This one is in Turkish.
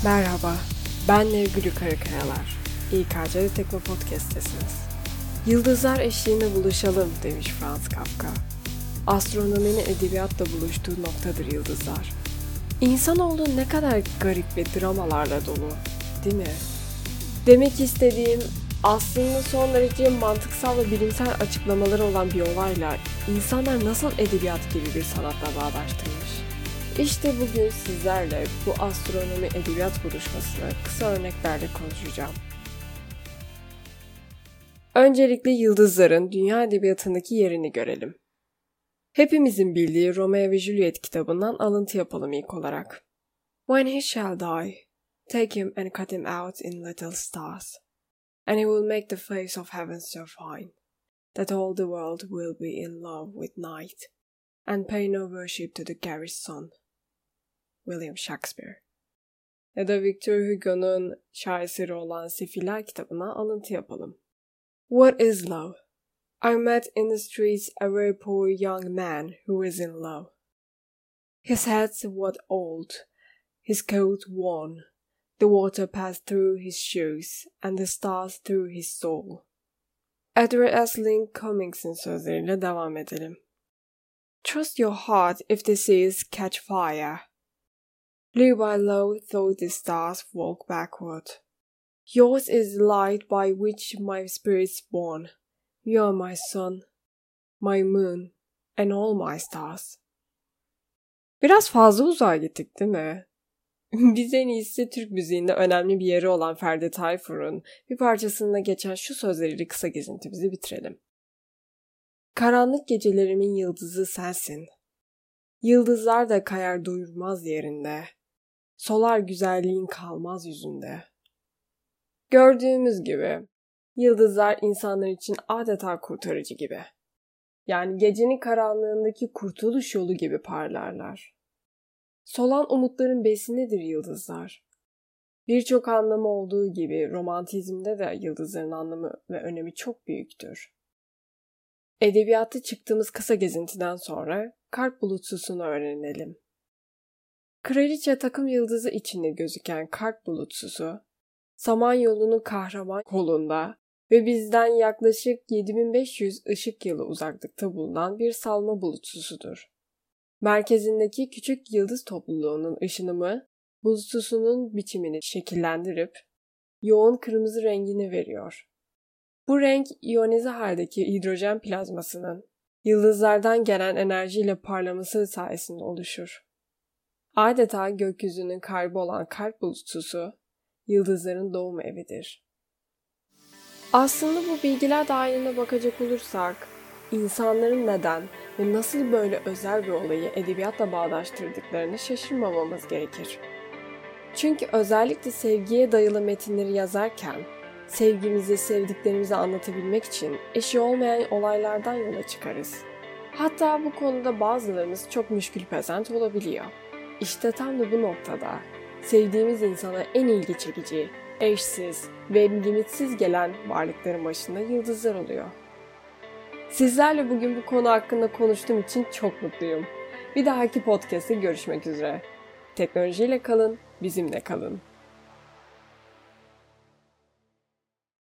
Merhaba, ben Nevgülü Karakayalar. İKC'de Tekno Podcast'tesiniz. Yıldızlar eşliğinde buluşalım demiş Franz Kafka. Astronominin edebiyatla buluştuğu noktadır yıldızlar. İnsanoğlu ne kadar garip ve dramalarla dolu, değil mi? Demek istediğim aslında son derece mantıksal ve bilimsel açıklamaları olan bir olayla insanlar nasıl edebiyat gibi bir sanatla bağdaştırmış? İşte bugün sizlerle bu astronomi edebiyat buluşmasını kısa örneklerle konuşacağım. Öncelikle yıldızların dünya edebiyatındaki yerini görelim. Hepimizin bildiği Romeo ve Juliet kitabından alıntı yapalım ilk olarak. When he shall die, take him and cut him out in little stars, and he will make the face of heaven so fine, that all the world will be in love with night, and pay no worship to the garish sun. William Shakespeare. Ya da Victor Hugo'nun şaheseri olan Sefiller kitabına alıntı yapalım. What is love? I met in the streets a very poor young man who was in love. His head was old, his coat worn, the water passed through his shoes, and the stars through his soul. Edward S. Link Cummings'in sözleriyle devam edelim. Trust your heart if the seas catch fire. Live by love though the stars walk backward. Yours is the light by which my spirit's born. You are my sun, my moon, and all my stars. Biraz fazla uzağa gittik değil mi? Biz en iyisi Türk müziğinde önemli bir yeri olan Ferdi Tayfur'un bir parçasında geçen şu sözleriyle kısa gezintimizi bitirelim. Karanlık gecelerimin yıldızı sensin. Yıldızlar da kayar doyurmaz yerinde. Solar güzelliğin kalmaz yüzünde. Gördüğümüz gibi yıldızlar insanlar için adeta kurtarıcı gibi. Yani gecenin karanlığındaki kurtuluş yolu gibi parlarlar. Solan umutların besinidir yıldızlar. Birçok anlamı olduğu gibi romantizmde de yıldızların anlamı ve önemi çok büyüktür. Edebiyatta çıktığımız kısa gezintiden sonra kalp bulutsusunu öğrenelim. Kraliçe takım yıldızı içinde gözüken kalp bulutsusu, Samanyolu'nun kahraman kolunda ve bizden yaklaşık 7500 ışık yılı uzaklıkta bulunan bir salma bulutsusudur. Merkezindeki küçük yıldız topluluğunun ışınımı, bulutsusunun biçimini şekillendirip yoğun kırmızı rengini veriyor. Bu renk iyonize haldeki hidrojen plazmasının yıldızlardan gelen enerjiyle parlaması sayesinde oluşur. Adeta gökyüzünün kalbi olan kalp bulutsusu, yıldızların doğum evidir. Aslında bu bilgiler dahiline bakacak olursak, insanların neden ve nasıl böyle özel bir olayı edebiyatla bağdaştırdıklarını şaşırmamamız gerekir. Çünkü özellikle sevgiye dayalı metinleri yazarken, sevgimizi, sevdiklerimizi anlatabilmek için eşi olmayan olaylardan yola çıkarız. Hatta bu konuda bazılarımız çok müşkülpezent olabiliyor. İşte tam da bu noktada sevdiğimiz insana en ilgi çekici, eşsiz ve limitsiz gelen varlıkların başında yıldızlar oluyor. Sizlerle bugün bu konu hakkında konuştuğum için çok mutluyum. Bir dahaki podcast'te görüşmek üzere. Teknolojiyle kalın, bizimle kalın.